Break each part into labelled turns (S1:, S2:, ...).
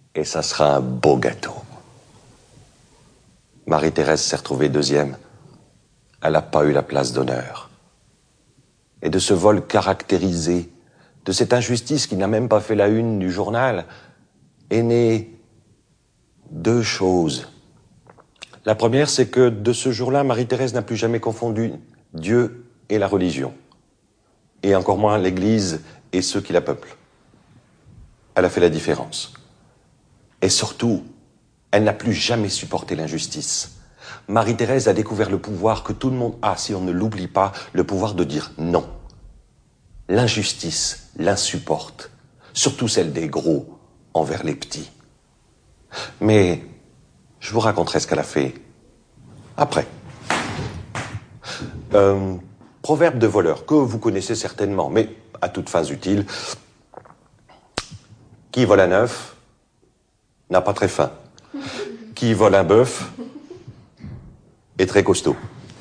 S1: Et ça sera un beau gâteau. Marie-Thérèse s'est retrouvée deuxième. Elle n'a pas eu la place d'honneur. Et de ce vol caractérisé, de cette injustice qui n'a même pas fait la une du journal, est née deux choses. La première, c'est que de ce jour-là, Marie-Thérèse n'a plus jamais confondu Dieu et la religion. Et encore moins l'Église et ceux qui la peuplent. Elle a fait la différence. Et surtout, elle n'a plus jamais supporté l'injustice. Marie-Thérèse a découvert le pouvoir que tout le monde a, si on ne l'oublie pas, le pouvoir de dire non. L'injustice l'insupporte, surtout celle des gros envers les petits. Mais je vous raconterai ce qu'elle a fait après. Proverbe de voleur, que vous connaissez certainement, mais à toutes fins utiles. Qui vole un œuf n'a pas très faim. Qui vole un bœuf est très costaud.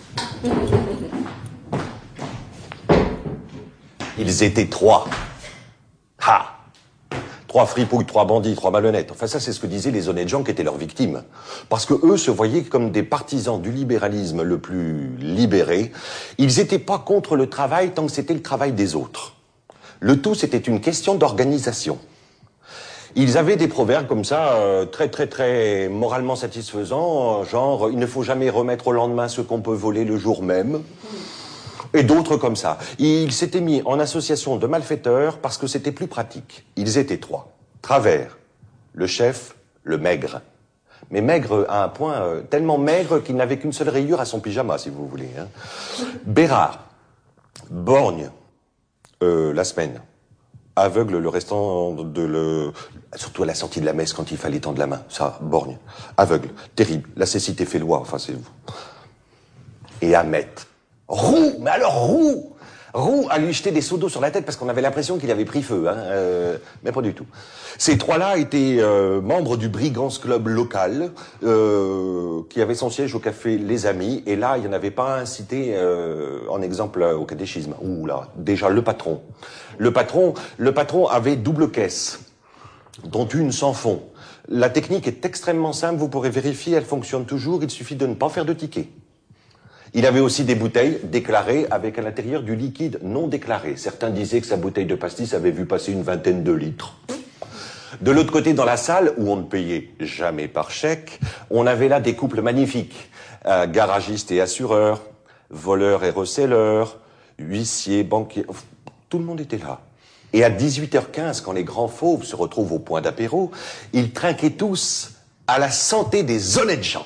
S1: Ils étaient trois. Ha! Trois fripouilles, trois bandits, trois malhonnêtes. Enfin, ça, c'est ce que disaient les honnêtes gens qui étaient leurs victimes. Parce que eux se voyaient comme des partisans du libéralisme le plus libéré. Ils n'étaient pas contre le travail tant que c'était le travail des autres. Le tout, c'était une question d'organisation. Ils avaient des proverbes comme ça, très moralement satisfaisants, genre « il ne faut jamais remettre au lendemain ce qu'on peut voler le jour même ». Et d'autres comme ça. Ils s'étaient mis en association de malfaiteurs parce que c'était plus pratique. Ils étaient trois. Travers, le chef, le maigre. Mais maigre à un point tellement maigre qu'il n'avait qu'une seule rayure à son pyjama, si vous voulez. Hein. Bérard, borgne, la semaine. Aveugle le restant surtout à la sortie de la messe quand il fallait tendre la main. Ça, borgne. Aveugle. Terrible. La cécité fait loi. Enfin, c'est vous. Et Ahmet. Roux, mais alors Roux a lui jeté des seaux d'eau sur la tête parce qu'on avait l'impression qu'il avait pris feu, hein, mais pas du tout. Ces trois-là étaient membres du Brigands Club local, qui avait son siège au café Les Amis, et là, il n'y en avait pas un cité en exemple au catéchisme. Ouh là, déjà le patron. Le patron avait double caisse, dont une sans fond. La technique est extrêmement simple, vous pourrez vérifier, elle fonctionne toujours, il suffit de ne pas faire de ticket. Il avait aussi des bouteilles déclarées avec à l'intérieur du liquide non déclaré. Certains disaient que sa bouteille de pastis avait vu passer une vingtaine de litres. De l'autre côté, dans la salle, où on ne payait jamais par chèque, on avait là des couples magnifiques. Garagistes et assureurs, voleurs et recelleurs, huissiers, banquiers, tout le monde était là. Et à 18h15, quand les grands fauves se retrouvent au point d'apéro, ils trinquaient tous à la santé des honnêtes gens.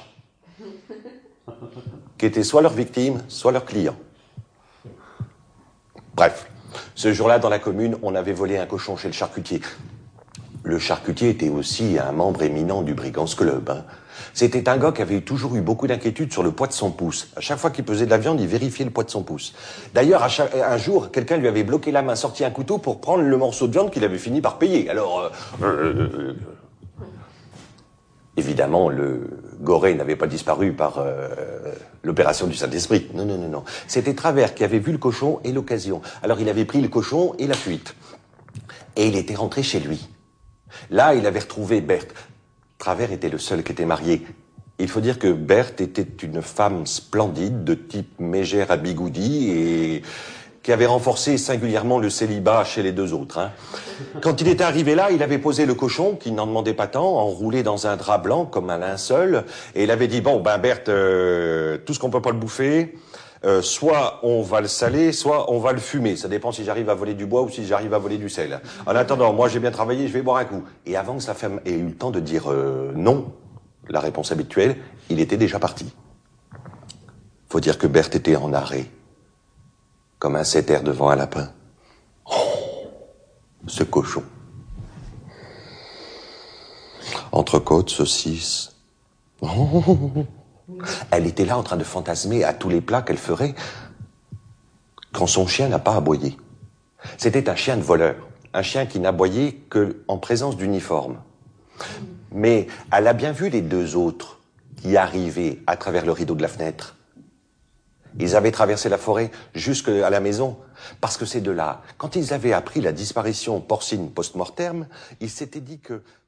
S1: Qui étaient soit leurs victimes, soit leurs clients. Bref, ce jour-là, dans la commune, on avait volé un cochon chez le charcutier. Le charcutier était aussi un membre éminent du Brigands Club. Hein. C'était un gars qui avait toujours eu beaucoup d'inquiétude sur le poids de son pouce. À chaque fois qu'il pesait de la viande, il vérifiait le poids de son pouce. D'ailleurs, un jour, quelqu'un lui avait bloqué la main, sorti un couteau pour prendre le morceau de viande qu'il avait fini par payer. Alors, évidemment, le Gorée n'avait pas disparu par l'opération du Saint-Esprit. Non. C'était Travers qui avait vu le cochon et l'occasion. Alors il avait pris le cochon et la fuite. Et il était rentré chez lui. Là, il avait retrouvé Berthe. Travers était le seul qui était marié. Il faut dire que Berthe était une femme splendide, de type mégère à bigoudi, et qui avait renforcé singulièrement le célibat chez les deux autres. Hein. Quand il était arrivé là, il avait posé le cochon, qui n'en demandait pas tant, enroulé dans un drap blanc comme un linceul, et il avait dit, bon, ben Berthe, tout ce qu'on peut pas le bouffer, soit on va le saler, soit on va le fumer. Ça dépend si j'arrive à voler du bois ou si j'arrive à voler du sel. En attendant, moi j'ai bien travaillé, je vais boire un coup. Et avant que sa femme ait eu le temps de dire non, la réponse habituelle, il était déjà parti. Faut dire que Berthe était en arrêt. Comme un setter devant un lapin. Oh, ce cochon. Entrecôte, saucisse. Oh. Elle était là en train de fantasmer à tous les plats qu'elle ferait quand son chien n'a pas aboyé. C'était un chien de voleur. Un chien qui n'aboyait qu'en présence d'uniforme. Mais elle a bien vu les deux autres qui arrivaient à travers le rideau de la fenêtre. Ils avaient traversé la forêt jusqu'à la maison, parce que ces deux-là, quand ils avaient appris la disparition porcine post-mortem, ils s'étaient dit que